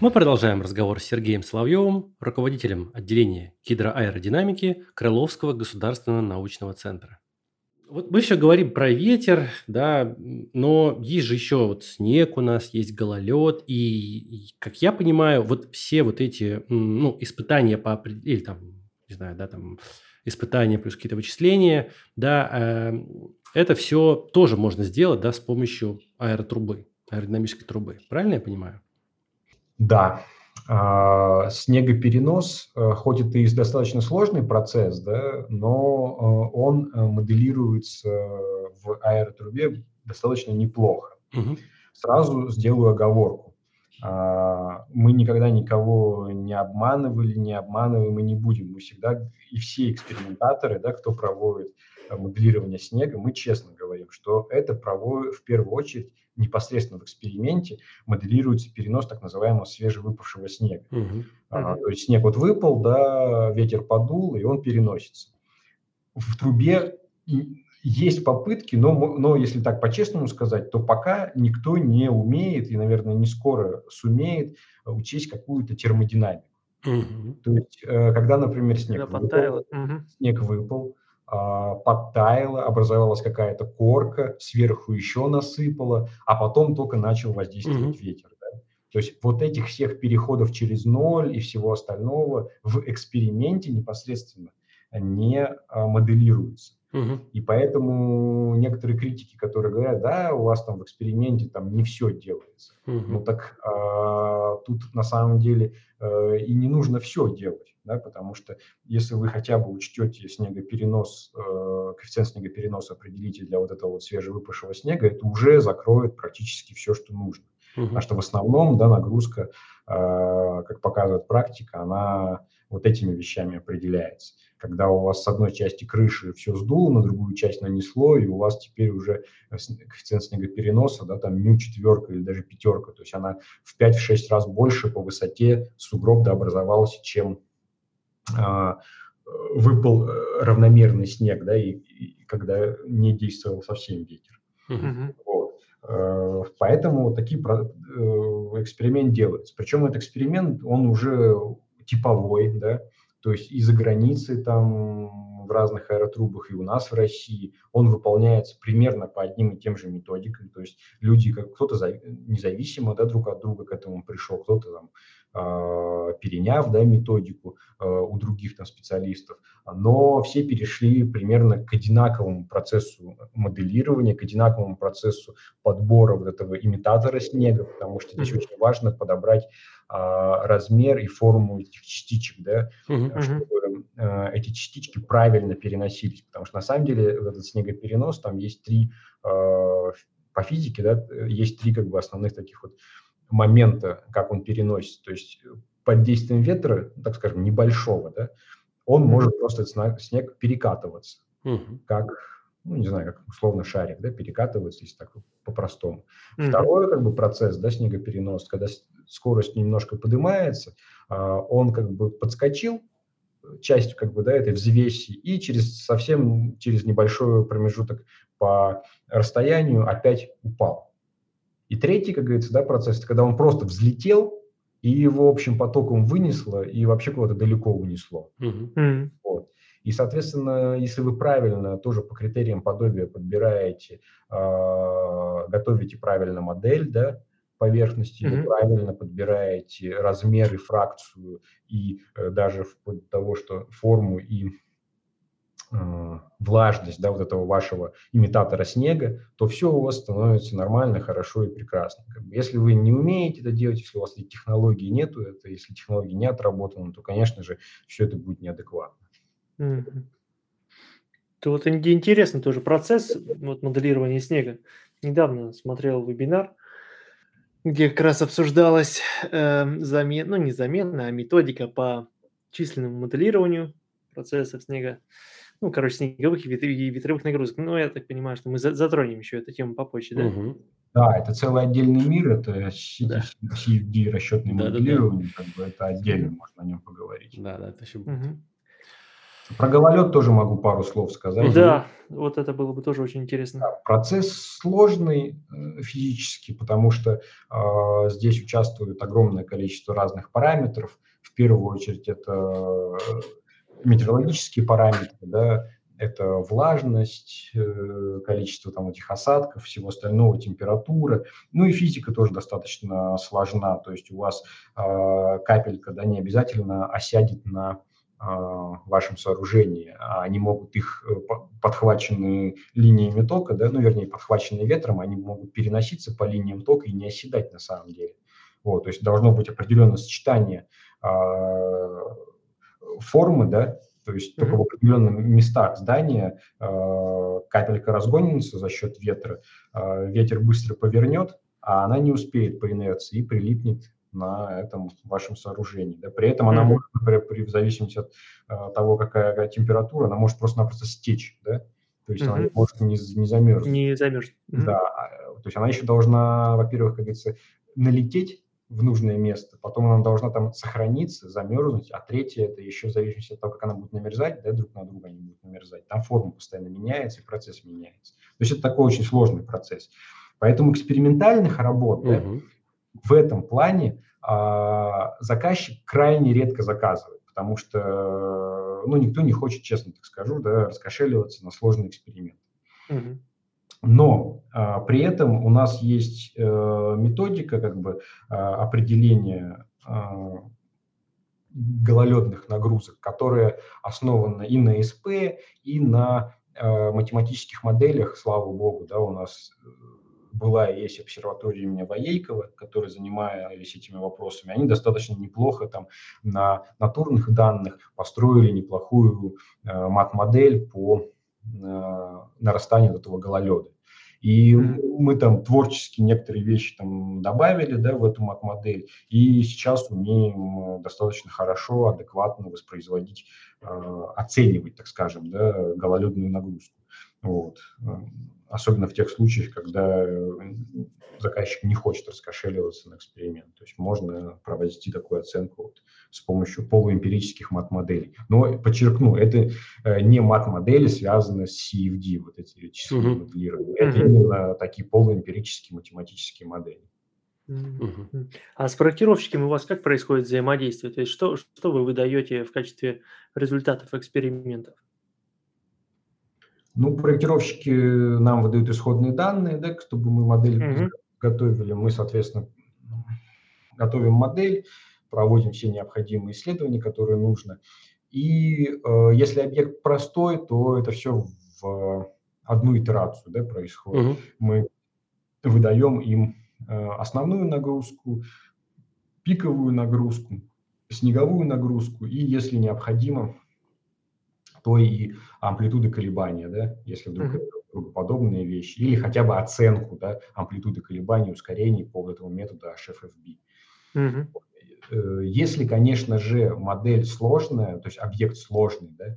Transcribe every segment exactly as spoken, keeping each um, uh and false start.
Мы продолжаем разговор с Сергеем Соловьевым, руководителем отделения гидроаэродинамики Крыловского государственного научного центра. Вот мы все говорим про ветер, да, м, но есть же еще вот снег у нас, есть гололед, и, и, как я понимаю, вот все вот эти, м, ну, испытания по опре- или там, не знаю, да, там испытания плюс какие-то вычисления, да, эм, это все тоже можно сделать, да, с помощью аэротрубы, аэродинамической трубы. Правильно я понимаю? Да, а, снегоперенос, э, хоть это и достаточно сложный процесс, да, но э, он э, моделируется в аэротрубе достаточно неплохо. Мгм. Сразу сделаю оговорку. А, Мы никогда никого не обманывали, не обманываем и не будем. Мы всегда, и все экспериментаторы, да, кто проводит э, моделирование снега, мы честно говорим, что это проводит в первую очередь непосредственно в эксперименте моделируется перенос так называемого свежевыпавшего снега. Мгм. А, Мгм. то есть снег вот выпал, да, ветер подул, и он переносится. В трубе есть попытки, но, но если так по-честному сказать, то пока никто не умеет и, наверное, не скоро сумеет учесть какую-то термодинамику. Мгм. То есть, э, когда, например, снег Когда выпал, подтаяло. Мгм. снег выпал, а, подтаяло, образовалась какая-то корка, сверху еще насыпало, а потом только начал Мгм. воздействовать ветер. Да? То есть вот этих всех переходов через ноль и всего остального в эксперименте непосредственно не а, моделируется. Мгм. И поэтому некоторые критики, которые говорят, да, у вас там в эксперименте там не все делается. Ну Мгм. так а, тут на самом деле э, и не нужно все делать, да, потому что если вы хотя бы учтете снегоперенос, э, коэффициент снегопереноса определите для вот этого вот свежевыпавшего снега, это уже закроет практически все, что нужно. Потому Мгм. что в основном, да, нагрузка, э, как показывает практика, она вот этими вещами определяется. Когда у вас с одной части крыши все сдуло, на другую часть нанесло, и у вас теперь уже коэффициент снегопереноса, да, там мю четверка или даже пятерка, то есть она в пять-шесть раз больше по высоте сугроб дообразовался, чем а, выпал э, равномерный снег, да, и, и когда не действовал совсем ветер. Мгм. Мгм. Вот. Э, Поэтому вот такие про- э, эксперимент делается. Причем этот эксперимент, он уже типовой, да, то есть и за границей там в разных аэротрубах, и у нас в России он выполняется примерно по одним и тем же методикам. То есть люди, как кто-то за- независимо, да, друг от друга к этому пришел, кто-то там а, переняв, да, методику а, у других там специалистов, но все перешли примерно к одинаковому процессу моделирования, к одинаковому процессу подбора вот этого имитатора снега, потому что здесь Мгм. очень важно подобрать а, размер и форму этих частичек, да, Мгм. Мгм. чтобы а, эти частички правильно переносились, потому что на самом деле в этот снегоперенос там есть три, а, по физике, да, есть три как бы основных таких вот момента, как он переносится. То есть под действием ветра, так скажем, небольшого, да, он Мгм. может просто этот снег перекатываться, Мгм. как, ну, не знаю, как условно шарик, да, перекатывается, если так по-простому. Мгм. Второй как бы процесс, да, снегоперенос, когда скорость немножко поднимается, а, он как бы подскочил, часть как бы, да, этой взвеси, и через совсем через небольшой промежуток по расстоянию опять упал. И третий, как говорится, да, процесс, это когда он просто взлетел, и его общим потоком вынесло, и вообще куда-то далеко унесло. Мгм. Мгм. Вот. И, соответственно, если вы правильно тоже по критериям подобия подбираете, э, готовите правильно модель, да, поверхности, или Мгм. правильно подбираете размер и фракцию, и э, даже вплоть до того, что форму и э, влажность, да, вот этого вашего имитатора снега, то все у вас становится нормально, хорошо и прекрасно. Как бы, если вы не умеете это делать, если у вас этой технологии нету, это, если технология не отработана, то, конечно же, все это будет неадекватно. Мгм. То вот ин интересный тоже процесс, вот моделирования снега. Недавно смотрел вебинар, где как раз обсуждалась, эм, замен ну, не замена, а методика по численному моделированию процессов снега. Ну, короче, снеговых и ветр и ветровых нагрузок. Но я так понимаю, что мы за затронем еще эту тему попозже, да? Мгм. Да, это целый отдельный мир, это си Да. эф ди, расчетное Да-да-да. моделирование, как бы это отдельно, Мгм. можно о нем поговорить. Да-да, это еще будет. Мгм. Про гололед тоже могу пару слов сказать. Да, вот это было бы тоже очень интересно. Да, процесс сложный э, физически, потому что э, здесь участвует огромное количество разных параметров. В первую очередь это метеорологические параметры, да, это влажность, э, количество там этих осадков, всего остального, температура. Ну и физика тоже достаточно сложна. То есть у вас э, капелька, да, не обязательно осядет на э, вашем сооружении, а они могут их э, по- подхваченные линиями тока, да, ну вернее подхваченные ветром, они могут переноситься по линиям тока и не оседать на самом деле. Вот, то есть должно быть определенное сочетание э, формы, да, то есть только в Мгм. определенных местах здания э, капелька разгонится за счет ветра, э, ветер быстро повернет, а она не успеет по инерции и прилипнет на этом вашем сооружении. Да. При этом она Мгм. может, например, при, в зависимости от э, того, какая, какая температура, она может просто-напросто стечь, да, то есть она не Мгм. может не, з- не замерзнуть. Не замерзнет. Мгм. Да, а, то есть она еще должна, во-первых, как говорится, налететь в нужное место, потом она должна там сохраниться, замерзнуть, а третье, это еще в зависимости от того, как она будет намерзать, да, друг на друга они будут намерзать, там форма постоянно меняется, и процесс меняется. То есть это такой очень сложный процесс. Поэтому экспериментальных работ, да, Мгм. в этом плане а, заказчик крайне редко заказывает, потому что, ну, никто не хочет, честно так скажу, да, раскошеливаться на сложный эксперимент. Мгм. Но а, при этом у нас есть э, методика как бы а, определения а, гололедных нагрузок, которая основана и на СП, и на э, математических моделях, слава богу, да, у нас э, была и есть обсерватория имени Воейкова, которая занимались этими вопросами. Они достаточно неплохо там на натурных данных построили неплохую э, мат-модель по э, нарастанию этого гололеда. И Мгм. мы там творчески некоторые вещи там добавили, да, в эту мат-модель, и сейчас умеем э, достаточно хорошо, адекватно воспроизводить, э, оценивать, так скажем, да, гололедную нагрузку. Вот. Э, Особенно в тех случаях, когда э, заказчик не хочет раскошеливаться на эксперимент. То есть можно провести такую оценку вот с помощью полуэмпирических мат-моделей. Но, подчеркну, это э, не мат-модели, связанные с си эф ди, вот эти числовые Мгм. моделирования. Это Мгм. именно такие полуэмпирические математические модели. Мгм. Мгм. М. А с проектировщиками у вас как происходит взаимодействие? То есть что, что вы выдаете в качестве результатов экспериментов? Ну, проектировщики нам выдают исходные данные, да, чтобы мы модель Мгм. готовили. Мы, соответственно, готовим модель, проводим все необходимые исследования, которые нужно. И э, если объект простой, то это все в одну итерацию, да, происходит. Мгм. Мы выдаем им э, основную нагрузку, пиковую нагрузку, снеговую нагрузку и, если необходимо, то и амплитуды колебания, да, если вдруг это Мгм. подобные вещи, или хотя бы оценку, да, амплитуды колебаний, ускорений по этому методу эйч эф эф би. Мгм. Э, Если, конечно же, модель сложная, то есть объект сложный, да,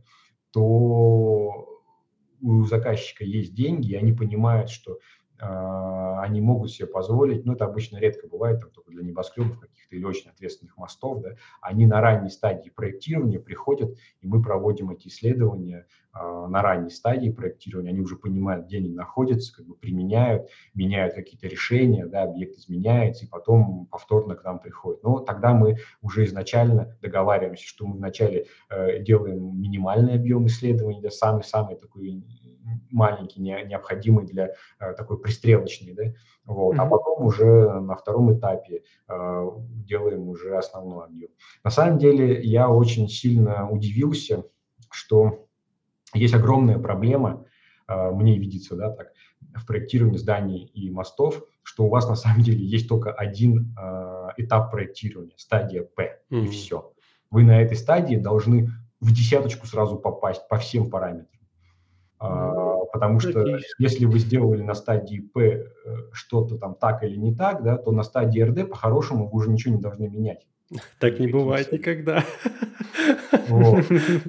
то у заказчика есть деньги, и они понимают, что а, они могут себе позволить, ну, это обычно редко бывает, там, только для небоскребов каких-то или очень ответственных мостов, да, они на ранней стадии проектирования приходят, и мы проводим эти исследования а, на ранней стадии проектирования, они уже понимают, где они находятся, как бы применяют, меняют какие-то решения, да, объект изменяется, и потом повторно к нам приходит. Но тогда мы уже изначально договариваемся, что мы вначале э, делаем минимальный объем исследований, да, самый-самый такой маленький, не, необходимый для э, такой пристрелочный, да, вот, а Мгм. потом уже на втором этапе э, делаем уже основной объем. На самом деле я очень сильно удивился, что есть огромная проблема, э, мне видится, да, так, в проектировании зданий и мостов, что у вас на самом деле есть только один э, этап проектирования, стадия П, и Мгм. все. Вы на этой стадии должны в десяточку сразу попасть по всем параметрам. А, Ну, Потому что практически. если вы сделали на стадии П э, что-то там так или не так, да, то на стадии эр дэ по-хорошему вы уже ничего не должны менять. Так не Никакие бывает исследования. никогда. Вот.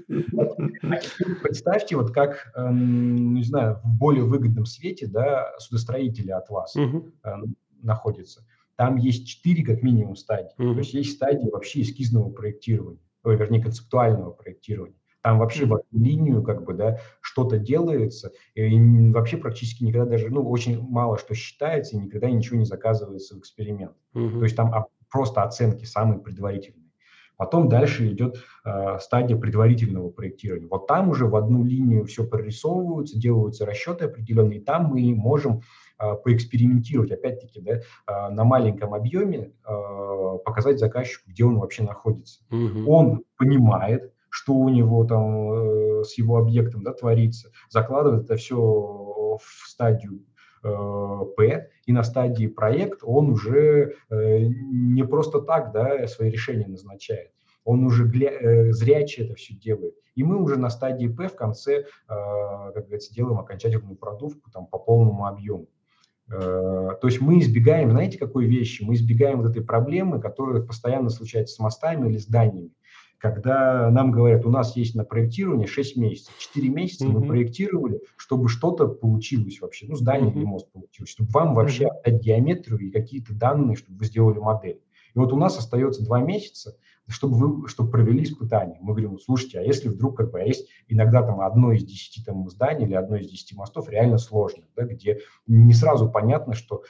А теперь представьте, вот как, эм, не знаю, в более выгодном свете, да, судостроители от вас Мгм. э, находятся. Там есть четыре как минимум стадии. То Мгм. есть есть стадии вообще эскизного проектирования, ой, вернее, концептуального проектирования. Там вообще в Мгм. одну линию как бы, да, что-то делается, и н- вообще практически никогда даже, ну, очень мало что считается, и никогда ничего не заказывается в эксперимент. То Мгм. есть там а, просто оценки самые предварительные. Потом дальше идет э, стадия предварительного проектирования. Вот там уже в одну линию все прорисовываются, делаются расчеты определенные, и там мы можем э, поэкспериментировать, опять-таки, да, э, на маленьком объеме э, показать заказчику, где он вообще находится. Мгм. Он понимает, что у него там э, с его объектом, да, творится, закладывает это все в стадию э, П, и на стадии проект он уже э, не просто так, да, свои решения назначает. Он уже гля- э, зряче это все делает. И мы уже на стадии П в конце, э, как говорится, делаем окончательную продувку там, по полному объему. Э, То есть мы избегаем, знаете, какой вещи? Мы избегаем вот этой проблемы, которая постоянно случается с мостами или зданиями. Когда нам говорят, у нас есть на проектирование шесть месяцев, четыре месяца мы Мгм. проектировали, чтобы что-то получилось вообще, ну, здание или Мгм. мост получилось, чтобы вам вообще Мгм. отдать геометрию и какие-то данные, чтобы вы сделали модель. И вот у нас остается два месяца, чтобы вы чтобы провели испытания. Мы говорим, слушайте, а если вдруг, как бы, а есть иногда там одно из десяти там зданий или одно из десяти мостов реально сложное, да, где не сразу понятно, что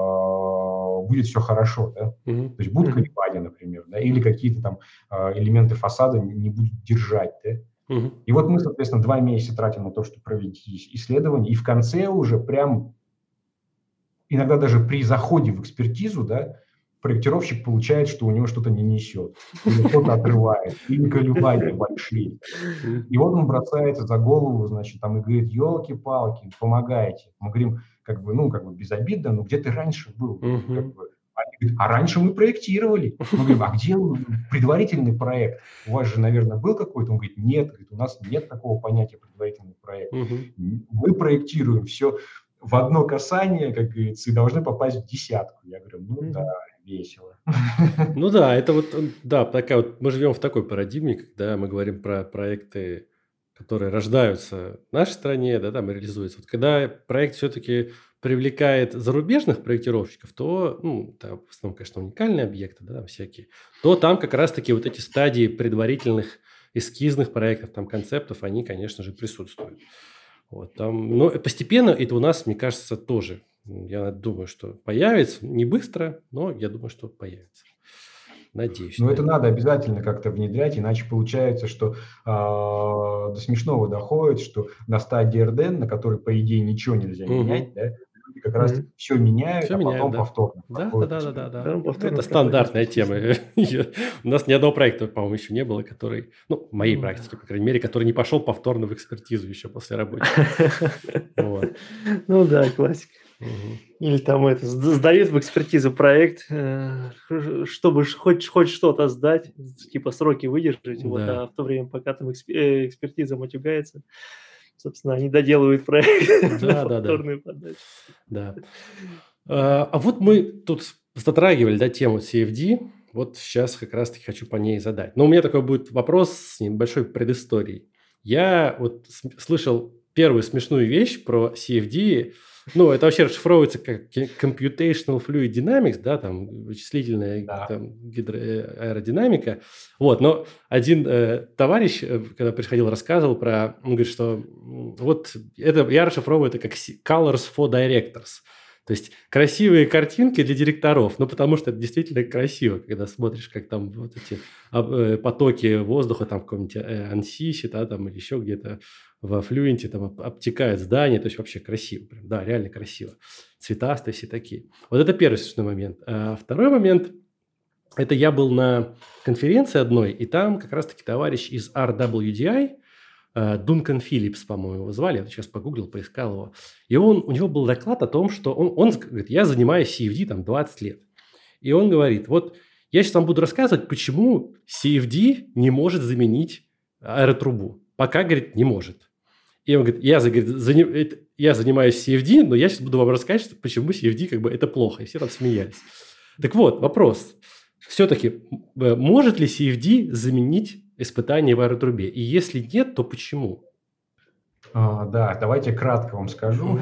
э, будет все хорошо, да? Мгм. То есть будут Мгм. колебания, например, да, или какие-то там э, элементы фасада не будут держать, да? Мгм. И вот мы, соответственно, два месяца тратим на то, чтобы провести исследование, и в конце уже прям иногда даже при заходе в экспертизу, да, проектировщик получает, что у него что-то не несет, или что-то отрывает, или колебания большие. Мгм. И вот он бросается за голову, значит, там и говорит, елки-палки, помогайте. Мы говорим, как бы, ну, как бы безобидно, но где ты раньше был? Как Мгм. бы, они говорят, а раньше мы проектировали. Мы говорим, а где предварительный проект? У вас же, наверное, был какой-то? Он говорит, нет, говорит, у нас нет такого понятия предварительный проект. Мгм. Мы проектируем все в одно касание, как говорится, и должны попасть в десятку. Я говорю, ну да, Мгм. весело. Ну да, это вот, м, да, такая вот, мы живем в такой парадигме, когда мы говорим про проекты, которые рождаются в нашей стране, да, там и реализуются. Вот когда проект все-таки привлекает зарубежных проектировщиков, то, ну, это в основном, конечно, уникальные объекты, да, там всякие, то там как раз-таки вот эти стадии предварительных эскизных проектов, там концептов, они, конечно же, присутствуют. Вот, там, но постепенно это у нас, мне кажется, тоже. М, Я думаю, что появится. Не быстро, но я думаю, что появится. Надеюсь Но на это это. надо обязательно как-то внедрять, иначе получается, что а, до смешного доходит, что на стадии эр дэ эн, на которой, по идее, ничего нельзя менять, Угу. да, люди как раз Мгм. все меняют, Все а меняют, потом да. повторно Да, да, проходят да, да, да, эксперимент. да. Да, повторно Это проходит, стандартная тема. естественно. Я- У нас ни одного проекта, по-моему, еще не было, который, ну, в моей Ну практике, да. по крайней мере, который не пошел повторно в экспертизу еще после рабочей. Вот. Ну да, классика. Мгм. Или там это сд- сдают в экспертизу проект, э, ш- чтобы ш- хоть, хоть что-то сдать, с- типа сроки выдержать, вот, Да, а в то время, пока там эксп- э, экспертиза матюгается, собственно, они доделывают проект на да, да, да, повторную подачу. да. А а вот мы тут затрагивали, да, тему си эф ди. Вот сейчас как раз-таки хочу по ней задать. Но у меня такой будет вопрос с небольшой предысторией. Я вот см- слышал первую смешную вещь про си эф ди. Ну, это вообще расшифровывается как ки- Computational Fluid Dynamics, да, там вычислительная Да. там, гидроаэродинамика. Вот, но один э, товарищ, э, когда приходил, рассказывал про, он говорит, что м, вот это я расшифровываю это как си- Colors for Directors. То есть красивые картинки для директоров, ну, потому что это действительно красиво, когда смотришь, как там вот эти об- э, потоки воздуха там в каком-нибудь э, Ансисе, да, там или еще где-то во Флюенте там об- обтекают здание, то есть вообще красиво, прям, да, реально красиво. Цветастые все такие. Вот это первый смешной момент. А второй момент, это я был на конференции одной, и там как раз-таки товарищ из ар дабл ю ди ай, э, Дункан Филлипс, по-моему, его звали, я сейчас погуглил, поискал его. И он, у него был доклад о том, что он, он говорит, я занимаюсь си эф ди там двадцать лет. И он говорит, вот я сейчас вам буду рассказывать, почему си эф ди не может заменить аэротрубу. Пока, говорит, не может. И он говорит, я, за- говорит, зани- это- я занимаюсь си эф ди, но я сейчас буду вам рассказывать, что- почему си эф ди как бы это плохо. И все там смеялись. Так вот, вопрос. Все-таки может ли си эф ди заменить испытание в аэротрубе? И если нет, то почему? А, да, давайте кратко вам скажу. Мгм.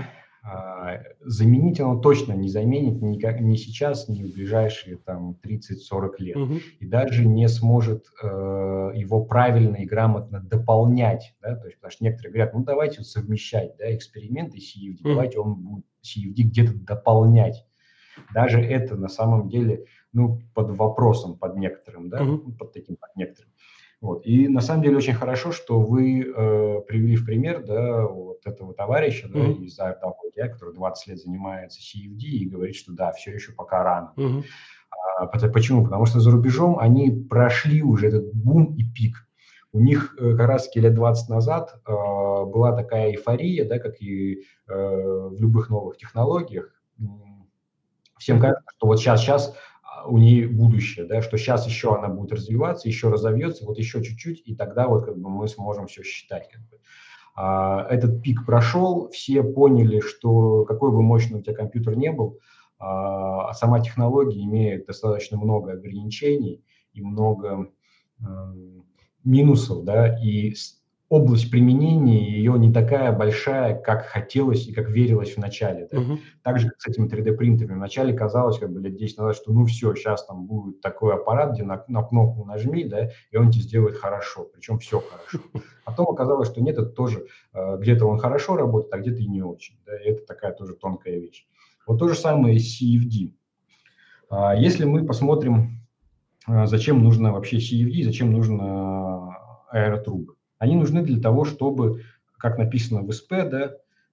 А, заменить оно точно не заменит никак, ни сейчас, ни в ближайшие там тридцать-сорок лет. Мгм. И даже не сможет э, его правильно и грамотно дополнять. Да? То есть, потому что некоторые говорят, ну давайте вот совмещать, да, эксперименты си эф ди, Мгм. давайте он будет си эф ди где-то дополнять. Даже это на самом деле ну, под вопросом, под некоторым, да, Мгм. ну, под таким, под некоторым. Вот. И на самом деле очень хорошо, что вы э, привели в пример, да, вот этого товарища, да, Мгм. из эй ар дабл ю ди, который двадцать лет занимается си эф ди и говорит, что да, все еще пока рано. Мгм. А, пот- почему? Потому что за рубежом они прошли уже этот бум и пик. У них э, как раз лет двадцать назад э, была такая эйфория, да, как и э, в любых новых технологиях. М, Всем Мгм. кажется, что вот сейчас, сейчас у нее будущее, да, что сейчас еще она будет развиваться, еще разовьется, вот еще чуть-чуть, и тогда вот как бы мы сможем все считать. Как бы. А, этот пик прошел, все поняли, что какой бы мощный у тебя компьютер не был, а, сама технология имеет достаточно много ограничений и много м, минусов, да, и с- область применения ее не такая большая, как хотелось и как верилось в начале, да. Мгм. Так же, как с этими три дэ-принтерами. Вначале казалось, как бы лет десять назад, что ну все, сейчас там будет такой аппарат, где на, на кнопку нажми, да, и он тебе сделает хорошо, причем все хорошо. Потом оказалось, что нет, это тоже э, где-то он хорошо работает, а где-то и не очень. Да, и это такая тоже тонкая вещь. Вот то же самое и с си эф ди. А, если мы посмотрим, а, зачем нужно вообще си эф ди, зачем нужно аэротрубы. Они нужны для того, чтобы, как написано в эс пэ, да,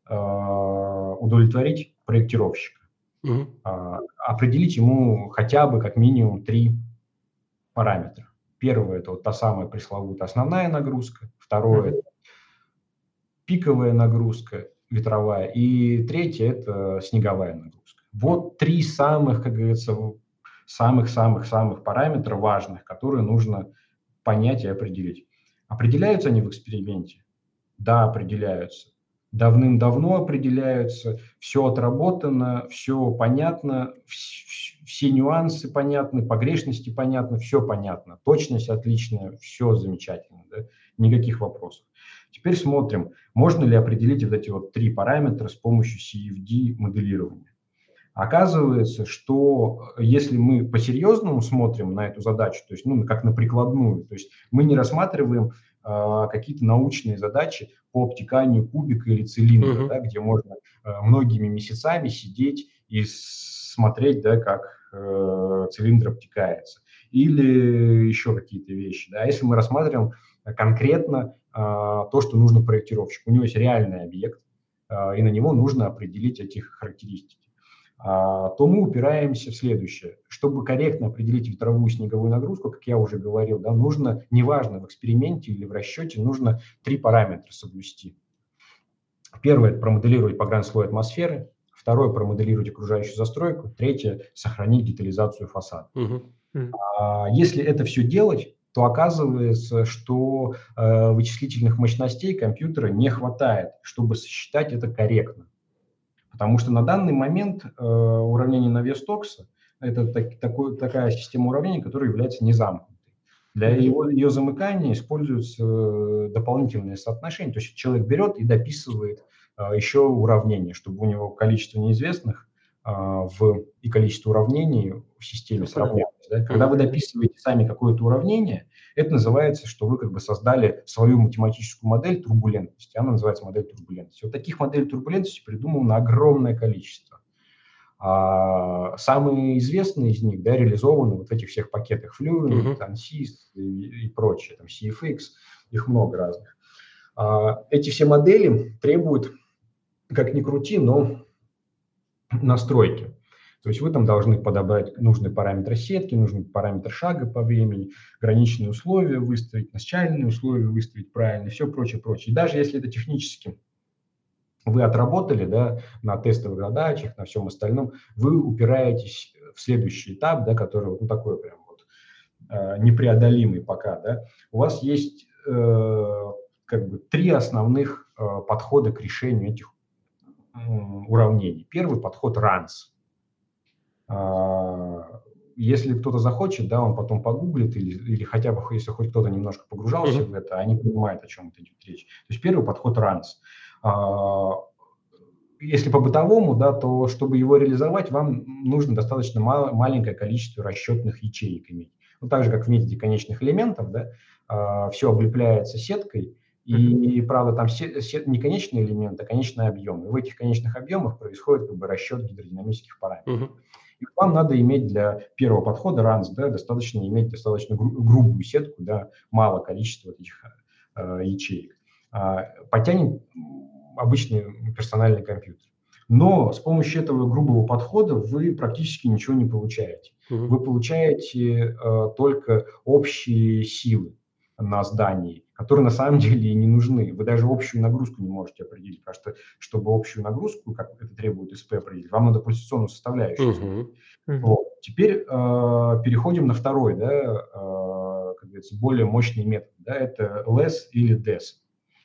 а, удовлетворить проектировщика. Мгм. А, определить ему хотя бы как минимум три параметра. Первое – это вот та самая пресловутая основная нагрузка. Второе – Мгм. это пиковая нагрузка ветровая. И третье – это снеговая нагрузка. Вот три самых, как говорится, самых-самых-самых параметра важных, которые нужно понять и определить. Определяются они в эксперименте? Да, определяются. Давным-давно определяются, все отработано, все понятно, вс- все нюансы понятны, погрешности понятны, все понятно. Точность отличная, все замечательно, да? Никаких вопросов. Теперь смотрим, можно ли определить вот эти вот три параметра с помощью си эф ди моделирования. Оказывается, что если мы по-серьезному смотрим на эту задачу, то есть, ну, как на прикладную, то есть мы не рассматриваем э, какие-то научные задачи по обтеканию кубика или цилиндра, Мгм. да, где можно э, многими месяцами сидеть и смотреть, да, как э, цилиндр обтекается. Или еще какие-то вещи. Да. Если мы рассматриваем конкретно э, то, что нужно проектировщику, у него есть реальный объект, э, и на него нужно определить эти характеристики, а, то мы упираемся в следующее. Чтобы корректно определить ветровую снеговую нагрузку, как я уже говорил, да, нужно, неважно, в эксперименте или в расчете, нужно три параметра соблюсти. Первое – это промоделировать погранслой атмосферы. Второе – промоделировать окружающую застройку. Третье – сохранить детализацию фасада. Мгм. Мгм. А, если это все делать, то оказывается, что э, вычислительных мощностей компьютера не хватает, чтобы сосчитать это корректно. Потому что на данный момент э, уравнение Навье-Стокса – это так, такой, такая система уравнений, которая является незамкнутой. Для Мгм. его, ее замыкания используются э, дополнительные соотношения. То есть человек берет и дописывает э, еще уравнение, чтобы у него количество неизвестных э, в, и количество уравнений в системе Совпадало. сравнялось. Да? Когда Мгм. вы дописываете сами какое-то уравнение, это называется, что вы как бы создали свою математическую модель турбулентности. Она называется модель турбулентности. Вот таких моделей турбулентности придумано огромное количество. А самые известные из них, да, реализованы вот в этих всех пакетах Fluent, Мгм. ANSYS и, и прочее, там си эф икс, их много разных. А, эти все модели требуют, как ни крути, но настройки. То есть вы там должны подобрать нужные параметры сетки, нужный параметр шага по времени, граничные условия выставить, начальные условия выставить правильно, все прочее, прочее. И даже если это технически вы отработали, да, на тестовых задачах, на всем остальном, вы упираетесь в следующий этап, да, который ну, такой прям вот э, непреодолимый пока, да. У вас есть э, как бы три основных э, подхода к решению этих э, уравнений. Первый подход ранс. А, если кто-то захочет, да, он потом погуглит или, или хотя бы, если хоть кто-то немножко погружался Мгм. в это, они понимают, о чем идет речь. То есть первый подход ранс. если по-бытовому, да, то чтобы его реализовать, вам нужно достаточно мало, маленькое количество расчетных ячеек иметь. Ну, так же, как в методе конечных элементов, да, э, все облепляется сеткой, и, Мгм. правда, там се- се- не конечный элемент, а конечный объем. И в этих конечных объемах происходит как бы расчет гидродинамических параметров. Мгм. И вам надо иметь для первого подхода ранс, да, достаточно иметь достаточно гру- грубую сетку, да, мало количества вот этих э, ячеек. А, потянет м, обычный персональный компьютер. Но с помощью этого грубого подхода вы практически ничего не получаете. Мгм. Вы получаете э, только общие силы на здании, которые на самом деле и не нужны. Вы даже общую нагрузку не можете определить, потому что, чтобы общую нагрузку, как это требует СП определить, вам надо пульсационную составляющую знать. Мгм. Мгм. Вот. Теперь э, переходим на второй, да, э, как говорится, более мощный метод. Да, это лес или дес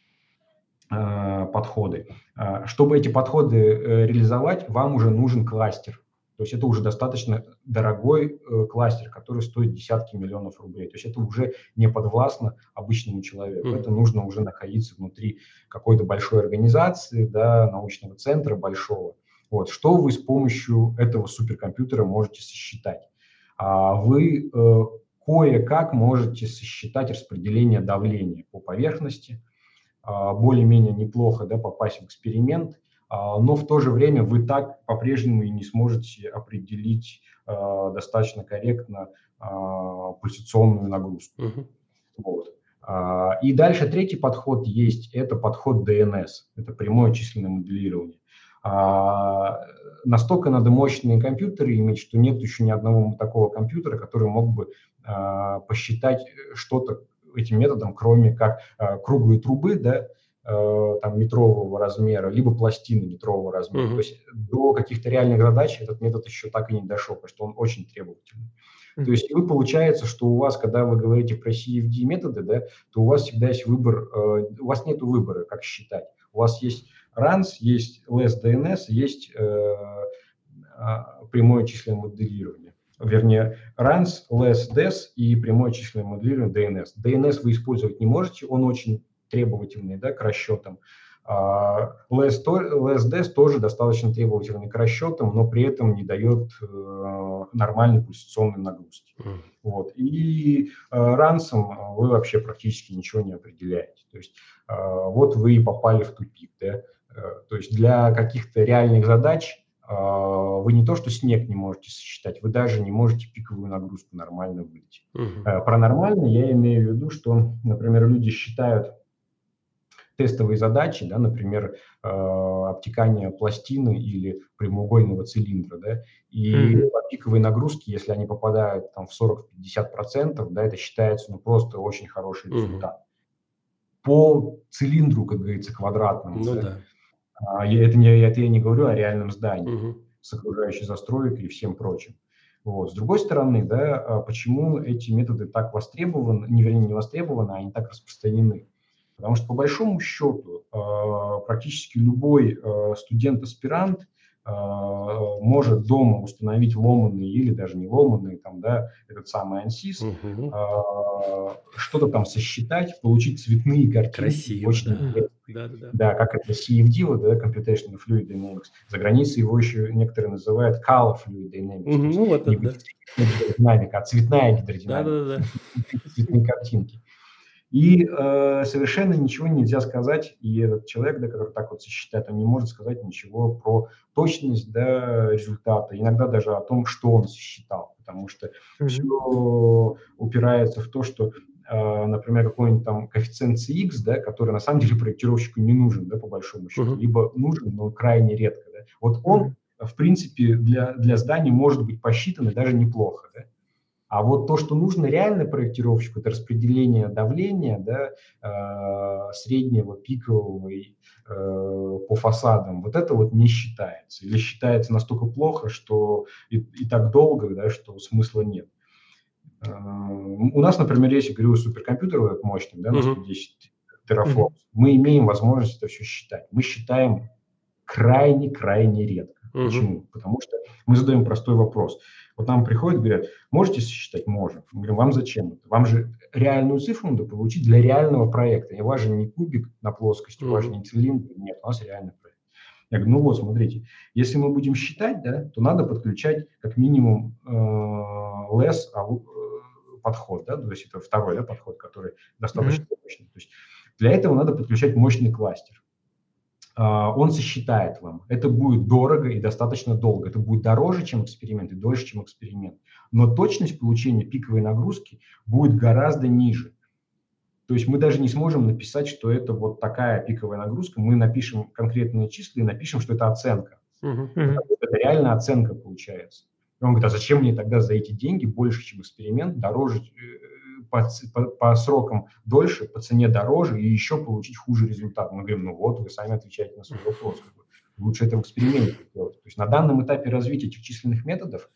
э, подходы. Э, Чтобы эти подходы э, реализовать, вам уже нужен кластер. То есть это уже достаточно дорогой э, кластер, который стоит десятки миллионов рублей. То есть это уже не подвластно обычному человеку. Мгм. Это нужно уже находиться внутри какой-то большой организации, да, научного центра большого. Вот. Что вы с помощью этого суперкомпьютера можете сосчитать? А Вы э, кое-как можете сосчитать распределение давления по поверхности, а, более-менее неплохо, да, попасть в эксперимент, а, но в то же время вы так по-прежнему и не сможете определить а, достаточно корректно а, пульсационную нагрузку. Мгм. Вот. А, И дальше третий подход есть, это подход ди эн эс, это прямое численное моделирование. А, Настолько надо мощные компьютеры иметь, что нет еще ни одного такого компьютера, который мог бы а, посчитать что-то этим методом, кроме как а, круглые трубы, да, э, там метрового размера, либо пластины метрового размера. То Мгм. есть до каких-то реальных задач этот метод еще так и не дошел, потому что он очень требовательный. То Мгм. есть вы получается, что у вас, когда вы говорите про си эф ди методы, да, то у вас всегда есть выбор, э, у вас нет выбора, как считать. У вас есть ранс, есть лес ди эн эс, есть э, а, прямое численное моделирование. Вернее, ранс, лес, дес и прямое численное моделирование ди эн эс. ди эн эс вы использовать не можете, он очень требовательный, да, к расчетам. А, лес, лес-дес тоже достаточно требовательный к расчетам, но при этом не дает э, нормальной пульсационной нагрузки. Мгм. Вот. И э, рансом вы вообще практически ничего не определяете. То есть э, вот вы и попали в тупик. Да? Э, то есть для каких-то реальных задач э, вы не то, что снег не можете сосчитать, вы даже не можете пиковую нагрузку нормально выдать. Мгм. Э, про нормально я имею в виду, что, например, люди считают тестовые задачи, да, например, э, обтекание пластины или прямоугольного цилиндра, да, и Мгм. по пиковой нагрузке, если они попадают там в сорок-пятьдесят процентов, да, это считается, ну, просто очень хороший Мгм. результат. По цилиндру, как говорится, квадратному, Ну да, да. а, я, это, не, это я не говорю о реальном здании Мгм. с окружающей застройкой и всем прочим. Вот. С другой стороны, да, а почему эти методы так востребованы, не, вернее, не востребованы, а они так распространены? Потому что, по большому счету, э, практически любой э, студент-аспирант э, может дома установить ломаный или даже не ломаный, там, да, этот самый ансис, Мгм. э, что-то там сосчитать, получить цветные картинки, Красиво, очень да. интересные. Да-да-да. Да, как это си эф ди, вот, да, Computational Fluid Dynamics. За границей его еще некоторые называют Color Fluid Dynamics, то Мгм. есть Ну вот не это да. вычислительная гидродинамика, а цветная гидродинамика, Да-да-да-да. цветные картинки. И э, совершенно ничего нельзя сказать, и этот человек, да, который так вот сосчитает, он не может сказать ничего про точность, да, результата, иногда даже о том, что он сосчитал, потому что Мгм. все упирается в то, что, э, например, какой-нибудь там коэффициент си икс, да, который на самом деле проектировщику не нужен, да, по большому счету, Мгм. либо нужен, но крайне редко. Да. Вот он, Мгм. в принципе, для, для зданий может быть посчитан и даже неплохо, да. А вот то, что нужно реально проектировщику, это распределение давления, да, э, среднего, пикового и, э, по фасадам, вот это вот не считается. Или считается настолько плохо, что и, и так долго, да, что смысла нет. Э, у нас, например, есть, я говорю, суперкомпьютер вот этот мощный, да, на сто Мгм. десять терафлопс. Мгм. Мы имеем возможность это все считать. Мы считаем крайне-крайне редко. Мгм. Почему? Потому что мы задаем простой вопрос. Вот нам приходят, говорят, можете сосчитать? Можем. Мы говорим, вам зачем это? Вам же реальную цифру надо получить для реального проекта. И у вас же не кубик на плоскости, у вас же Мгм. не цилиндр. Нет, у нас реальный проект. Я говорю, ну вот, смотрите, если мы будем считать, да, то надо подключать как минимум э, less а, э, подход, да, то есть это второй, да, подход, который достаточно Мгм. мощный. То есть для этого надо подключать мощный кластер. А, Он сосчитает вам. Это будет дорого и достаточно долго. Это будет дороже, чем эксперимент, и дольше, чем эксперимент. Но точность получения пиковой нагрузки будет гораздо ниже. То есть мы даже не сможем написать, что это вот такая пиковая нагрузка. Мы напишем конкретные числа и напишем, что это оценка. Мгм. Мгм. Это реально оценка получается. И он говорит, а зачем мне тогда за эти деньги больше, чем эксперимент, дороже, э, по, ц- по- по срокам дольше, по цене дороже и еще получить хуже результат? Мы говорим, ну вот, вы сами отвечаете на свой вопрос. как бы. Лучше это в эксперименте делать. То есть на данном этапе развития этих численных методов,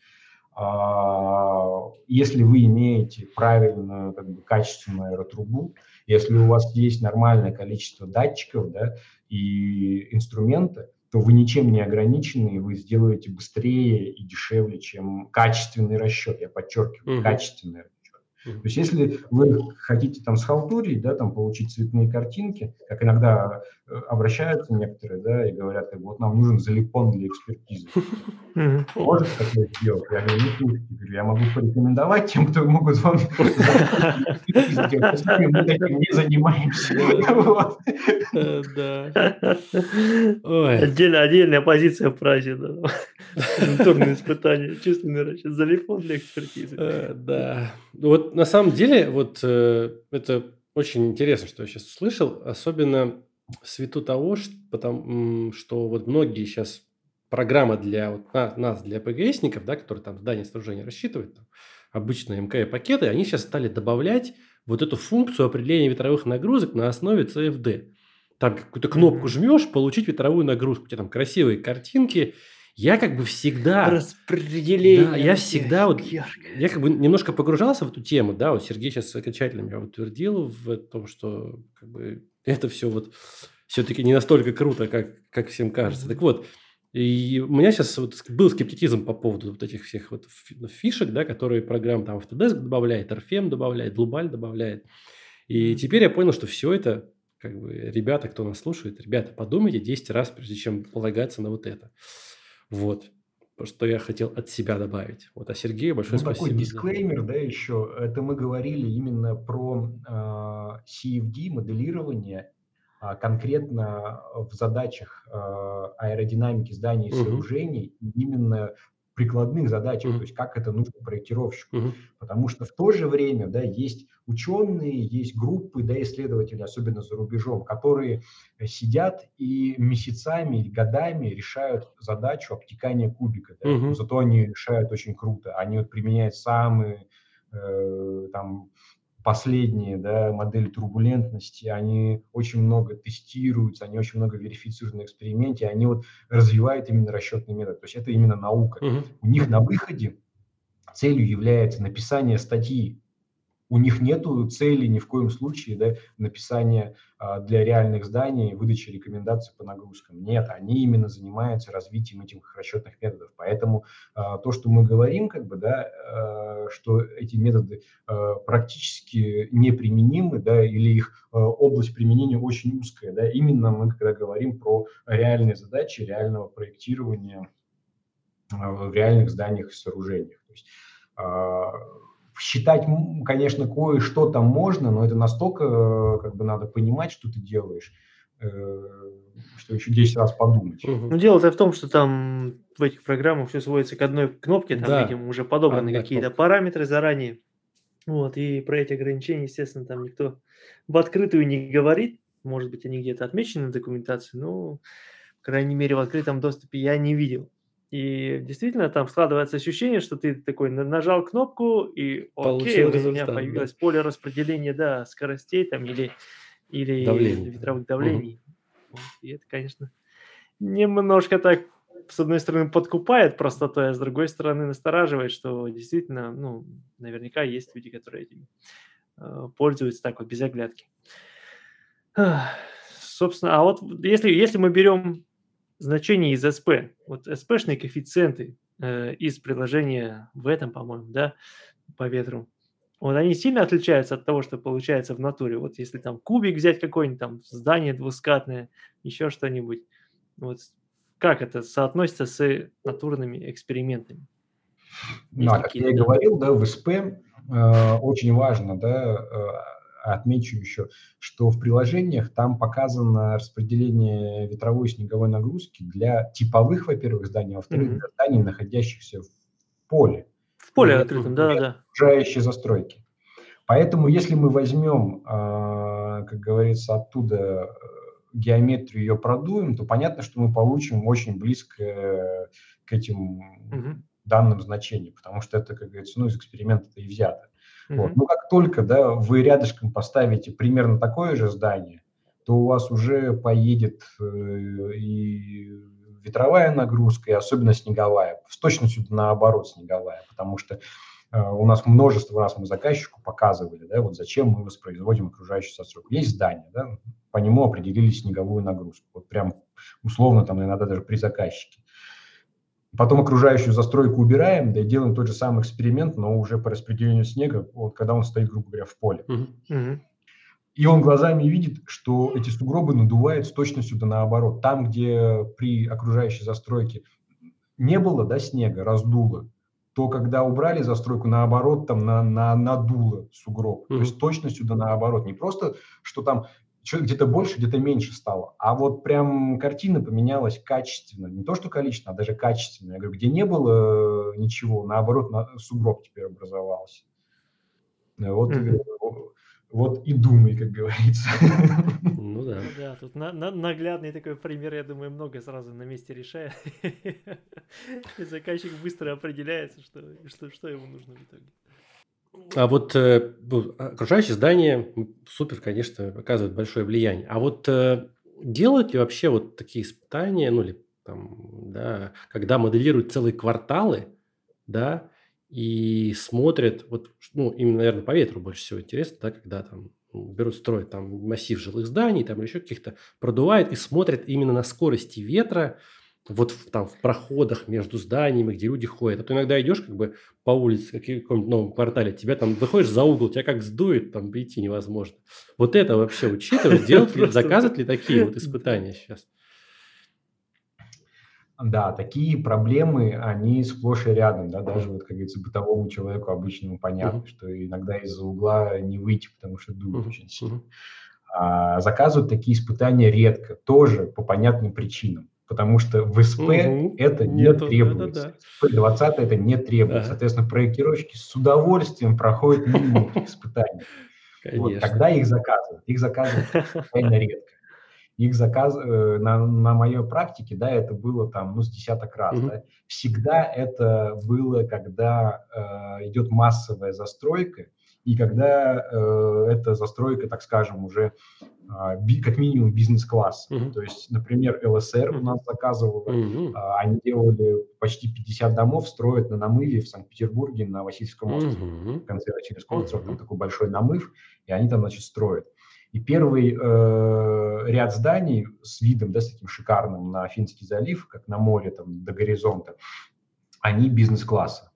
а, если вы имеете правильную, как бы, качественную аэротрубу, если у вас есть нормальное количество датчиков, да, и инструмента, то вы ничем не ограничены, и вы сделаете быстрее и дешевле, чем качественный расчет. Я подчеркиваю, Мгм. качественный расчет. Мгм. То есть если вы хотите там схалтурить, да, там получить цветные картинки, как иногда э, обращаются некоторые, да, и говорят, как бы, вот нам нужен залипон для экспертизы. Мгм. Можете такое сделать? Я говорю, ну, слушайте, говорю, я могу порекомендовать тем, кто могут вам за экспертизу делать. Но сами мы таким не занимаемся. Да. Вот. Э, Да. Ой. Отдельно, отдельная позиция в прайсе, да. Инвентурные испытания, численный расчет, залипон для экспертизы. Э, Да. Ну Вот на самом деле, вот э, это очень интересно, что я сейчас услышал, особенно в свету того, ш- потому, м, что вот многие сейчас программы для вот на- нас, для ПГСников, да, которые там здание сооружения рассчитывают, там, обычные МК-пакеты, они сейчас стали добавлять вот эту функцию определения ветровых нагрузок на основе ЦФД. Там какую-то кнопку Мгм. жмешь, получить ветровую нагрузку. У тебя там красивые картинки. Я как бы всегда Да, Распределение я на всегда вот, ярко. я как бы немножко погружался в эту тему, да, вот Сергей сейчас окончательно меня утвердил в том, что как бы это все вот все-таки не настолько круто, как, как всем кажется. Так Мгм. вот, и у меня сейчас вот ск- был скептицизм по поводу вот этих всех вот фи- ну, фишек, да, которые программа там Autodesk добавляет, эр эф эм добавляет, Global добавляет. И теперь Мгм. я понял, что все это, как бы, ребята, кто нас слушает, ребята, подумайте десять раз, прежде чем полагаться на вот это. Вот. Что я хотел от себя добавить. Вот, а Сергею большое Ну, такой спасибо. Да. дисклеймер, да, еще. Это мы говорили именно про а, си эф ди моделирование, а, конкретно в задачах а, аэродинамики зданий и Мгм. сооружений, и именно прикладных задачах, то Мгм. есть как это нужно проектировщику. Мгм. Потому что в то же время, да, есть ученые, есть группы, да, исследователей, особенно за рубежом, которые сидят и месяцами или годами решают задачу обтекания кубика, да, но Мгм. зато они решают очень круто. Они вот применяют самые э, там последние, да, модели турбулентности, они очень много тестируются, они очень много верифицируют на эксперименте, они вот развивают именно расчетный метод. То есть это именно наука. Мгм. У них на выходе целью является написание статьи. У них нету цели ни в коем случае, да, написания а, для реальных зданий, выдачи рекомендаций по нагрузкам. Нет, они именно занимаются развитием этих расчетных методов. Поэтому а, то, что мы говорим, как бы, да, а, что эти методы а, практически неприменимы, да, или их а, область применения очень узкая, да, именно мы когда говорим про реальные задачи реального проектирования а, в реальных зданиях и сооружениях. То есть, а, считать, конечно, кое-что там можно, но это настолько, э, как бы, надо понимать, что ты делаешь, э, что еще десять раз подумать. Мгм. Ну, дело-то в том, что там в этих программах все сводится к одной кнопке, там, Да, видимо, уже подобраны одна какие-то кнопка. параметры заранее. Вот, и про эти ограничения, естественно, там никто в открытую не говорит. Может быть, они где-то отмечены в документации, но, по крайней мере, в открытом доступе я не видел. И действительно, там складывается ощущение, что ты такой на- нажал кнопку, и окей, Получил у меня результат, да. появилось поле распределения, да, скоростей там или, или Давление. ветровых Мгм. давлений. Вот, и это, конечно, немножко так, с одной стороны, подкупает простотой, а с другой стороны, настораживает, что действительно, ну, наверняка есть люди, которые этим э, пользуются так вот без оглядки. Ах, Собственно, а вот если, если мы берем значение из эс пэ, вот эс пэ-шные коэффициенты э, из приложения в этом, по-моему, да, по ветру, вот они сильно отличаются от того, что получается в натуре. Вот если там кубик взять какой-нибудь, там здание двускатное, еще что-нибудь. Вот как это соотносится с натурными экспериментами? Ну, а Есть как я какие-то и данные? говорил, да, в СП э, очень важно, да, э, отмечу еще, что в приложениях там показано распределение ветровой и снеговой нагрузки для типовых, во-первых, зданий, а во-вторых, Мгм. для зданий, находящихся в поле, В ну, поле без, открытом, Мгм. без да-да-да. окружающей застройки. Поэтому, если мы возьмем, а, как говорится, оттуда э, геометрию, ее продуем, то понятно, что мы получим очень близко э, к этим Мгм. данным значениям, потому что это, как говорится, ну, из эксперимента-то и взято. Вот. Мгм. Но как только, да, вы рядышком поставите примерно такое же здание, то у вас уже поедет э, и ветровая нагрузка, и особенно снеговая, с точностью наоборот снеговая, потому что э, у нас множество раз мы заказчику показывали, да, вот зачем мы воспроизводим окружающую застройку. Есть здание, да, по нему определили снеговую нагрузку, вот прям условно там иногда даже при заказчике. Потом окружающую застройку убираем, да и делаем тот же самый эксперимент, но уже по распределению снега, вот когда он стоит, грубо говоря, в поле. Мгм. Мгм. И он глазами видит, что эти сугробы надувают с точностью да наоборот. Там, где при окружающей застройке не было, да, снега, раздуло, то когда убрали застройку, наоборот, там на, на, надуло сугроб. То есть Мгм. точностью да наоборот. Не просто, что там чё- где-то больше, где-то меньше стало, а вот прям картина поменялась качественно. Не то, что количественно, а даже качественно. Я говорю, где не было э, ничего, наоборот, на- сугроб теперь образовался. Э, Вот, э, Мгм. вот и думай, как говорится. Ну да. Ну да, тут на- на- наглядный такой пример, я думаю, много сразу на месте решает. И заказчик быстро определяется, что, что, что ему нужно в итоге. А вот э, ну, окружающее здание м, супер, конечно, оказывает большое влияние. А вот э, делают ли вообще вот такие испытания, ну или там, да, когда моделируют целые кварталы, да, и смотрят, вот, ш- ну, именно, наверное, по ветру больше всего интересно, да, когда там м, берут, строят там массив жилых зданий, там или еще каких-то, продувают и смотрят именно на скорости ветра, вот в, там в проходах между зданиями, где люди ходят. А то иногда идешь как бы по улице, в каком-нибудь новом квартале, тебя там выходишь за угол, тебя как сдует, там идти невозможно. Вот это вообще учитывать, делать ли, Просто заказывать ли такие вот да. испытания сейчас? Да, такие проблемы, они сплошь и рядом, да, даже Мгм. вот, как говорится, бытовому человеку обычному понятно, Мгм. что иногда из-за угла не выйти, потому что дует Мгм. очень сильно. Мгм. А заказывают такие испытания редко, тоже по понятным причинам, потому что в СП Мгм. это не Нету, требуется. да-да-да. СП двадцать это не требуется. Ага. Соответственно, проектировщики с удовольствием проходят мимо этих испытаний. Вот, Конечно. тогда их заказывают. Их заказывают крайне редко. Их заказ э, на, на моей практике, да, это было там, ну, с десяток раз, Мгм. да. Всегда это было, когда э, идет массовая застройка, и когда э, эта застройка, так скажем, уже а, би- как минимум бизнес-класс. Мгм. То есть, например, ЛСР у Мгм. нас заказывала, Мгм. а, они делали почти пятьдесят домов, строят на намыве в Санкт-Петербурге на Васильевском острове. Мгм. В конце Васильевского острова там Мгм. такой большой намыв, и они там, значит, строят. И первый э, ряд зданий с видом, да, с таким шикарным на Финский залив, как на море там до горизонта, они бизнес-класса.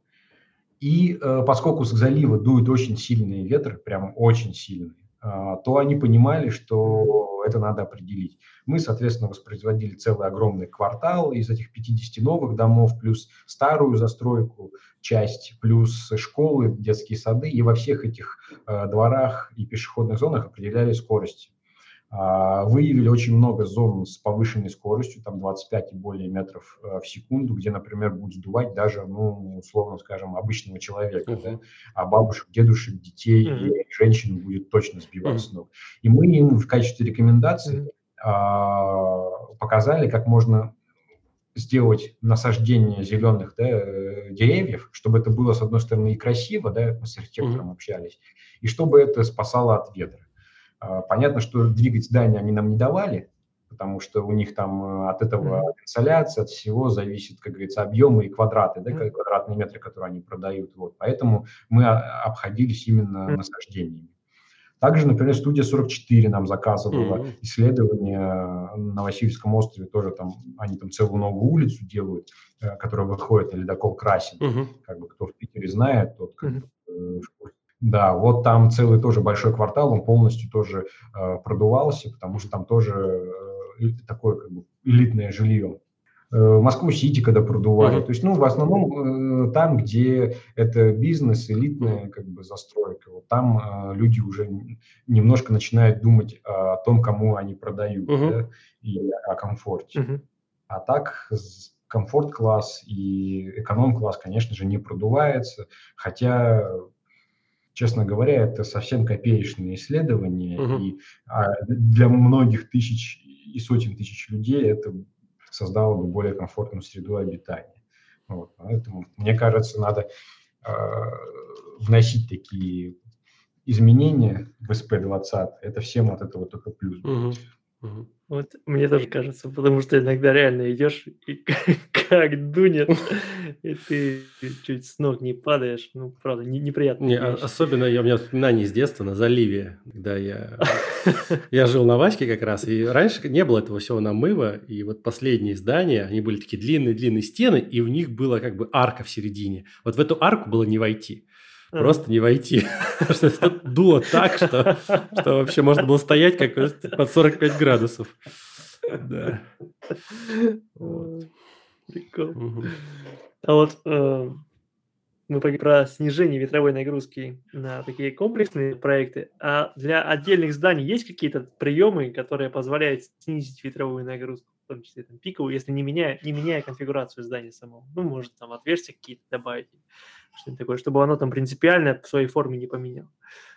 И э, поскольку с залива дует очень сильный ветер, прям очень сильный, а, то они понимали, Мгм. что это надо определить. Мы, соответственно, воспроизводили целый огромный квартал из этих пятидесяти новых домов, плюс старую застройку, часть, плюс школы, детские сады. И во всех этих э, дворах и пешеходных зонах определяли скорости. А, Выявили очень много зон с повышенной скоростью, там двадцать пять и более метров э, в секунду, где, например, будет сдувать даже, ну, условно скажем, обычного человека, да, Ого. а бабушек, дедушек, детей Мгм. и женщин будет точно сбивать с Мгм. ног. И мы им в качестве рекомендаций Мгм. а, показали, как можно сделать насаждение зеленых, да, э, деревьев, чтобы это было, с одной стороны, и красиво, да, мы с архитектором Мгм. общались, и чтобы это спасало от ветра. А, Понятно, что двигать здание они нам не давали, потому что у них там э, от этого Мгм. от инсоляции, от всего зависит, как говорится, объемы и квадраты, да, Мгм. квадратные метры, которые они продают. Вот. Поэтому мы а, обходились именно Мгм. насаждениями. Также, например, студия сорок четыре нам заказывала Мгм. исследования на Васильевском острове, тоже там, они там целую новую улицу делают, э, которая выходит на ледокол Красин. Мгм. Как бы кто в Питере знает, тот как бы Мгм. э, в курсе. Да, вот там целый тоже большой квартал, он полностью тоже э, продувался, потому что Мгм. там тоже э, такое как бы элитное жилье. Москву-Сити, когда продували. Мгм. То есть, ну, в основном э, там, где это бизнес, элитная Мгм. как бы застройка, вот там э, люди уже н- немножко начинают думать о том, кому они продают, да, Мгм. и о комфорте. Мгм. А так с- комфорт-класс и эконом-класс, конечно же, не продувается, хотя, честно говоря, это совсем копеечные исследования, Мгм. и а, для многих тысяч и сотен тысяч людей это создало бы более комфортную среду обитания. Вот, поэтому, мне кажется, надо э, вносить такие изменения в эс пэ двадцать. Это всем от этого только плюс будет. Мгм. Мгм. Вот мне тоже кажется, потому что иногда реально идешь и как дунет, и ты чуть с ног не падаешь. Ну, правда, не- неприятные Не, а- вещи. особенно я, у меня воспоминания с детства на заливе, когда я, я жил на Ваське как раз, и раньше не было этого всего намыва, и вот последние здания, они были такие длинные-длинные стены, и в них была как бы арка в середине. Вот в эту арку было не войти, Ага. просто не войти, потому что тут дуло так, что, что вообще можно было стоять как под сорок пять градусов. Да, вот. Э, Прикол. Мгм. А вот э, мы поговорили про снижение ветровой нагрузки на такие комплексные проекты. А для отдельных зданий есть какие-то приемы, которые позволяют снизить ветровую нагрузку, в том числе там, пиковую, если не меняя, не меняя конфигурацию здания самого? Ну, может, там отверстия какие-то добавить, что-нибудь такое, чтобы оно там принципиально в своей форме не поменяло.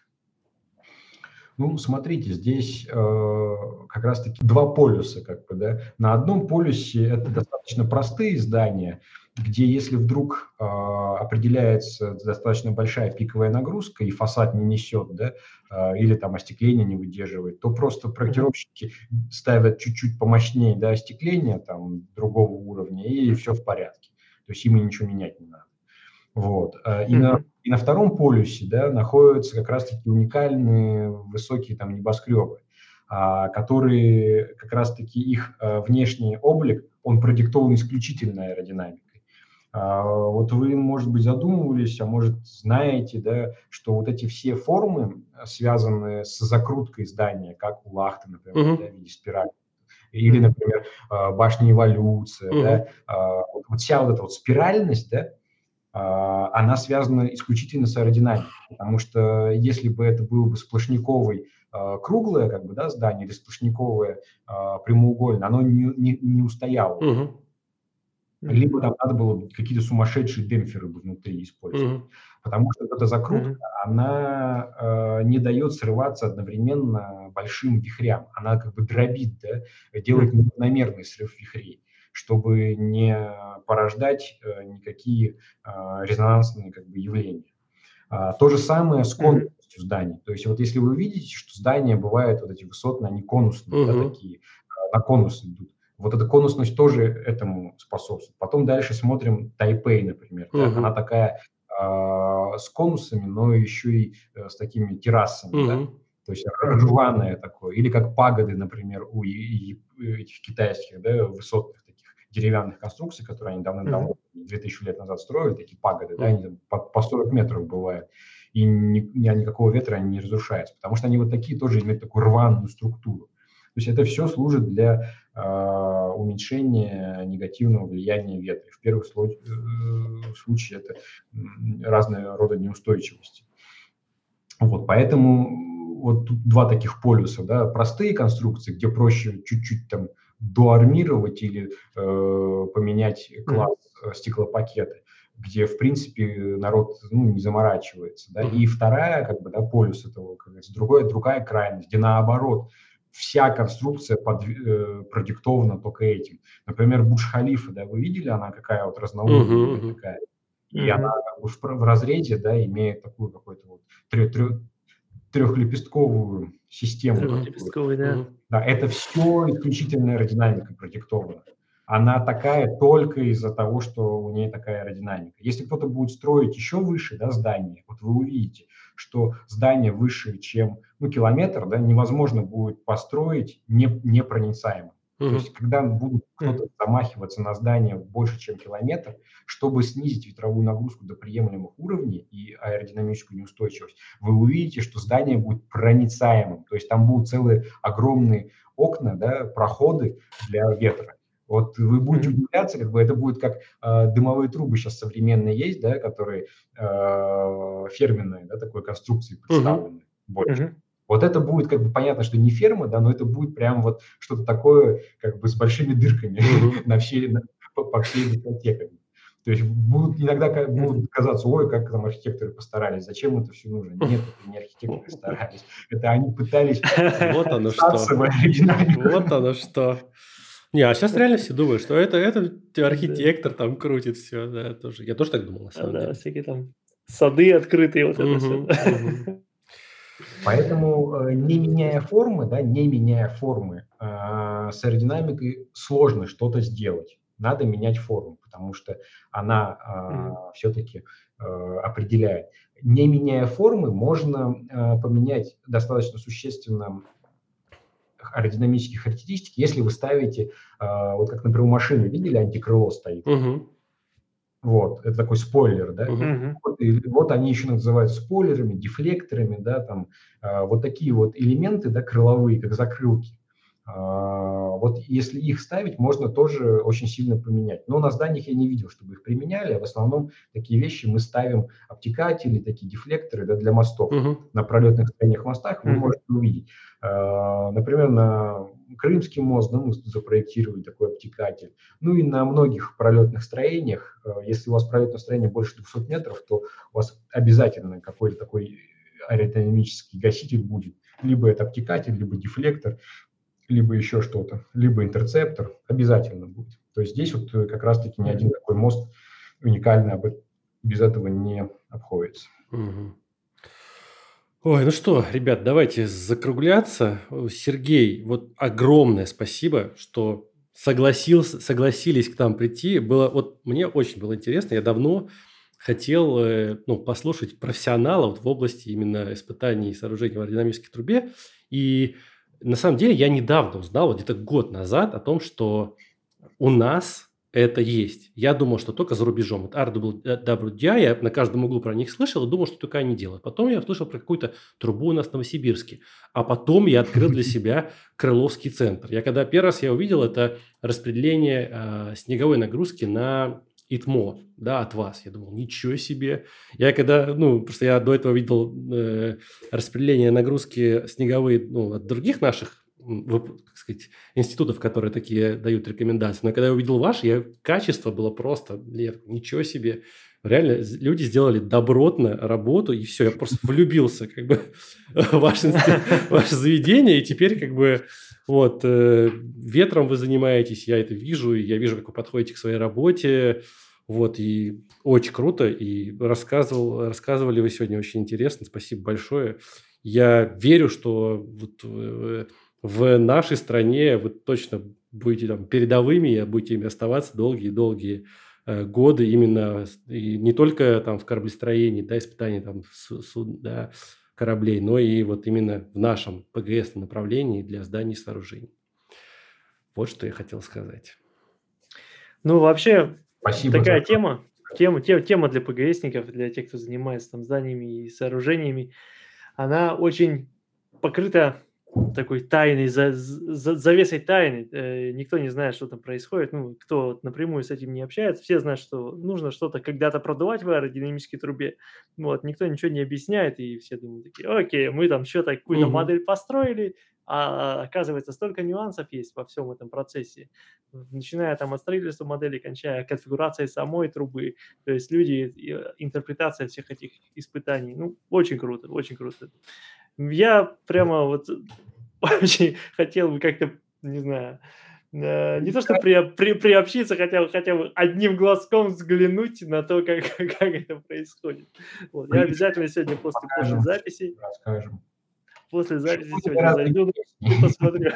Ну, смотрите, здесь э, как раз-таки два полюса, как бы, да. На одном полюсе это Мгм. достаточно простые здания, где если вдруг э, определяется достаточно большая пиковая нагрузка и фасад не несет, да, э, или там остекление не выдерживает, то просто Мгм. проектировщики ставят чуть-чуть помощнее, да, остекление там другого уровня, и все в порядке. То есть им и ничего менять не надо. Вот. э, И на, Мгм. и на втором полюсе, да, находятся как раз-таки уникальные высокие там небоскребы, а, которые как раз-таки их э, внешний облик, он продиктован исключительно аэродинамикой. А, Вот вы, может быть, задумывались, а может, знаете, да, что вот эти все формы, э, связанные с закруткой здания, как у Лахты, например, да, в Мгм. виде спирали, или, Мгм. например, э, башня Эволюция, да, Мгм. а, вот вот вся вот эта вот спиральность, да, а, она связана исключительно с аэродинамикой, потому что если бы это было бы сплошняковое а, круглое как бы, да, здание или сплошняковое а, прямоугольное, оно не, не, не устояло бы. Мгм. Мгм. Либо там надо было бы какие-то сумасшедшие демпферы бы внутри использовать. Мгм. Потому что вот эта закрутка, Мгм. она э, не дает срываться одновременно большим вихрям. Она как бы дробит, да, делает Мгм. неравномерный срыв вихрей, чтобы не порождать э, никакие э, резонансные как бы явления. А, то же самое с Мгм. конусностью зданий. То есть вот если вы видите, что здания бывают вот эти высотные, они конусные, да, Мгм. такие, а, на конус идут. Вот эта конусность тоже этому способствует. Потом дальше смотрим Тайпей, например, да, она Мгм. такая а, с конусами, но еще и э, с такими террасами, да, Мгм. то есть р- Мгм. рваное такое. Или как пагоды, например, у и- и- этих китайских, да, высотных таких деревянных конструкций, которые они давным-давно, Мгм. две тысячи лет назад строили, такие пагоды, да, они Мгм. там по, по сорок метров бывают, и ни, ни- никакого ветра они не разрушаются, потому что они вот такие тоже имеют такую рваную структуру. То есть это все служит для э, уменьшения негативного влияния ветра. В первых сло- э, случае это м, разные рода неустойчивости. Вот, поэтому вот тут два таких полюса, да, простые конструкции, где проще чуть-чуть там доармировать или э, поменять Мгм. класс э, стеклопакета, где, в принципе, народ ну, не заморачивается, да, и Мгм. вторая, как бы, да, полюс этого, как говорится, другая, другая крайность, где наоборот, вся конструкция под, э, продиктована только этим. Например, Бурдж-Халифа, да, вы видели, она какая вот Мгм. разноуровневая Мгм. такая, и она Мгм. как бы в, в разрезе, да, имеет такую какую-то вот трё- трё- трехлепестковую систему Мгм. такую. Трехлепестковый, да. Мгм. Да, это все исключительно аэродинамика продиктована. Она такая только из-за того, что у нее такая аэродинамика. Если кто-то будет строить еще выше, да, здание, вот вы увидите, что здание выше, чем ну, километр, да, невозможно будет построить не, непроницаемо. То есть, Мгм. когда будут Мгм. кто-то замахиваться на здание больше, чем километр, чтобы снизить ветровую нагрузку до приемлемых уровней и аэродинамическую неустойчивость, вы увидите, что здание будет проницаемым. То есть там будут целые огромные окна, да, проходы для ветра. Вот вы будете Мгм. удивляться, как бы это будет как э, дымовые трубы сейчас современные есть, да, которые э, ферменные, да, такой конструкции Мгм. представлены больше. Мгм. Вот это будет, как бы, понятно, что не ферма, да, но это будет прям вот что-то такое, как бы с большими дырками Мгм. на всей, на- по, по всей высоте. как бы. То есть будут иногда ка- будут Мгм. казаться, ой, как там архитекторы постарались, зачем это все нужно? Нет, это не архитекторы старались, это они пытались Вот оно вписаться что. в оригинальную. Вот оно что. Не, а сейчас реально все думают, что это, это Да. архитектор там крутит все, да, тоже. Я тоже так думал, на А, самом Да, деле. всякие там сады открытые, вот это все. Мгм, мгм, Поэтому, э, не меняя формы, да, не меняя формы, а, с аэродинамикой сложно что-то сделать. Надо менять форму, потому что она а, все-таки э, определяет. Не меняя формы, можно э, поменять достаточно существенно аэродинамические характеристики, если вы ставите, а, вот как, например, у машины, видели, антикрыло стоит? мгм, Вот, это такой спойлер, да. мгм, Вот, и вот они еще называют спойлерами, дефлекторами, да, там, а, вот такие вот элементы, да, крыловые, как закрылки. А, вот если их ставить, можно тоже очень сильно поменять. Но на зданиях я не видел, чтобы их применяли, а в основном такие вещи мы ставим, обтекатели, такие дефлекторы, да, для мостов. мгм. На пролетных строениях мостах вы Мгм. можете увидеть. А, например, на Крымский мост, да, мы запроектировали такой обтекатель. Ну и на многих пролетных строениях, э, если у вас пролетное строение больше двухсот метров, то у вас обязательно какой-то такой аэродинамический гаситель будет. Либо это обтекатель, либо дефлектор, либо еще что-то, либо интерцептор. Обязательно будет. То есть здесь вот э, как раз-таки ни один Мгм. такой мост уникальный об- без этого не обходится. Мгм. Ой, ну что, ребят, давайте закругляться. О, Сергей, вот огромное спасибо, что согласился, согласились к нам прийти. Было, вот мне очень было интересно. Я давно хотел э, ну, послушать профессионалов в области именно испытаний и сооружений в аэродинамической трубе. И на самом деле я недавно узнал, вот где-то год назад, о том, что у нас это есть. Я думал, что только за рубежом. Вот ар дабл ю ди ай, я на каждом углу про них слышал и думал, что только они делают. Потом я услышал про какую-то трубу у нас в Новосибирске. А потом я открыл для себя Крыловский центр. Я когда первый раз я увидел это распределение э, снеговой нагрузки на ИТМО, да, от вас. Я думал, ничего себе. Я когда, ну, просто я до этого видел э, распределение нагрузки снеговые, ну, от других наших, м, вып- как сказать, институтов, которые такие дают рекомендации. Но когда я увидел ваш, я, качество было просто, я такой, ничего себе. Реально, з- люди сделали добротно работу, и все, я просто влюбился как бы в ваш инсти- ваше заведение, и теперь как бы вот э, ветром вы занимаетесь, я это вижу, и я вижу, как вы подходите к своей работе, вот, и очень круто, и рассказывал, рассказывали вы сегодня очень интересно, спасибо большое. Я верю, что вот э, в нашей стране вы точно будете там передовыми, и будете ими оставаться долгие-долгие э, годы именно с- и не только там в кораблестроении, да, испытании там су- суд- да, кораблей, но и вот именно в нашем ПГС направлении для зданий и сооружений. Вот что я хотел сказать. Ну, вообще, Спасибо за... такая тема, тема, те- тема для ПГСников, для тех, кто занимается там зданиями и сооружениями, она очень покрыта такой тайной, за, за- завесой тайны. Э, никто не знает, что там происходит. Ну, кто вот напрямую с этим не общается, все знают, что нужно что-то когда-то продавать в аэродинамической трубе. Вот, никто ничего не объясняет, и все думают такие, окей, мы там что-то, какую-то Мгм. модель построили, а оказывается, столько нюансов есть во всем этом процессе. Начиная там от строительства модели, кончая конфигурацией самой трубы. То есть люди, и, э, интерпретация всех этих испытаний. Ну, очень круто, очень круто. Я прямо вот очень хотел бы как-то, не знаю, э, не то что при, при- приобщиться, хотя бы, хотя бы одним глазком взглянуть на то, как, как это происходит. Вот. Я обязательно сегодня после, после Покажем, записи, расскажем. после Еще записи будет сегодня гораздо зайду и интереснее. посмотрю.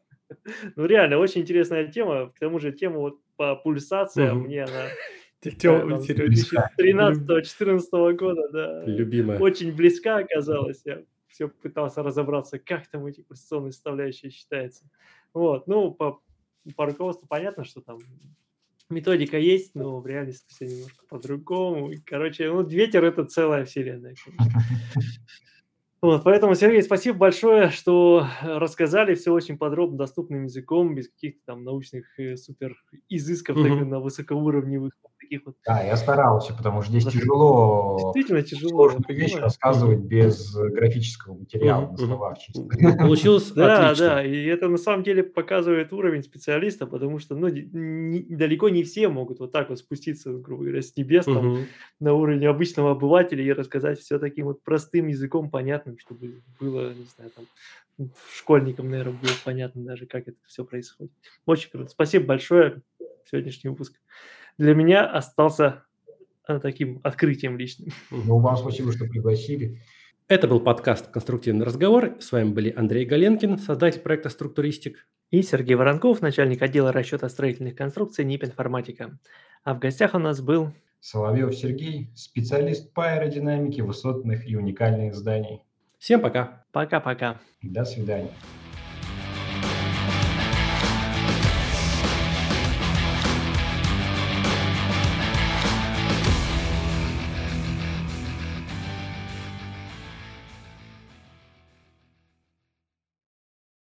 Ну, реально, очень интересная тема. К тому же тема вот по пульсациям, Мгм. мне она такая Тё- там с Серёж, люб- две тысячи тринадцатого-четырнадцатого года, да, любимая. очень близка оказалась. Я все пытался разобраться, как там эти пульсационные составляющие считаются. Вот, ну, по, по руководству понятно, что там методика есть, но в реальности все немножко по-другому. И, короче, ну, ветер – это целая вселенная, конечно. Вот, поэтому, Сергей, спасибо большое, что рассказали все очень подробно, доступным языком, без каких-то там научных э, супер изысков так, Мгм. на высокоуровневых таких вот. Да, я старался, потому что здесь Да. тяжело Действительно тяжело, я сложную вещь понимаю. рассказывать Мгм. без э, графического материала Мгм. на Мгм. словах чисто. Ну, получилось Да, отлично. да, и это на самом деле показывает уровень специалиста, потому что, ну, ди- не- далеко не все могут вот так вот спуститься, грубо говоря, с небес там Мгм. на уровень обычного обывателя и рассказать все таким вот простым языком, понятным, чтобы было, не знаю, там, м, школьникам, наверное, было понятно даже, как это все происходит. Очень круто. Спасибо большое. Сегодняшний выпуск для меня остался а, таким открытием личным. Ну, вам спасибо, что пригласили. Это был подкаст «Конструктивный разговор». С вами были Андрей Галенкин, создатель проекта «Структуристик». И Сергей Воронков, начальник отдела расчета строительных конструкций НИП «Информатика». А в гостях у нас был Соловьев Сергей, специалист по аэродинамике высотных и уникальных зданий. Всем пока. пока-пока. До свидания.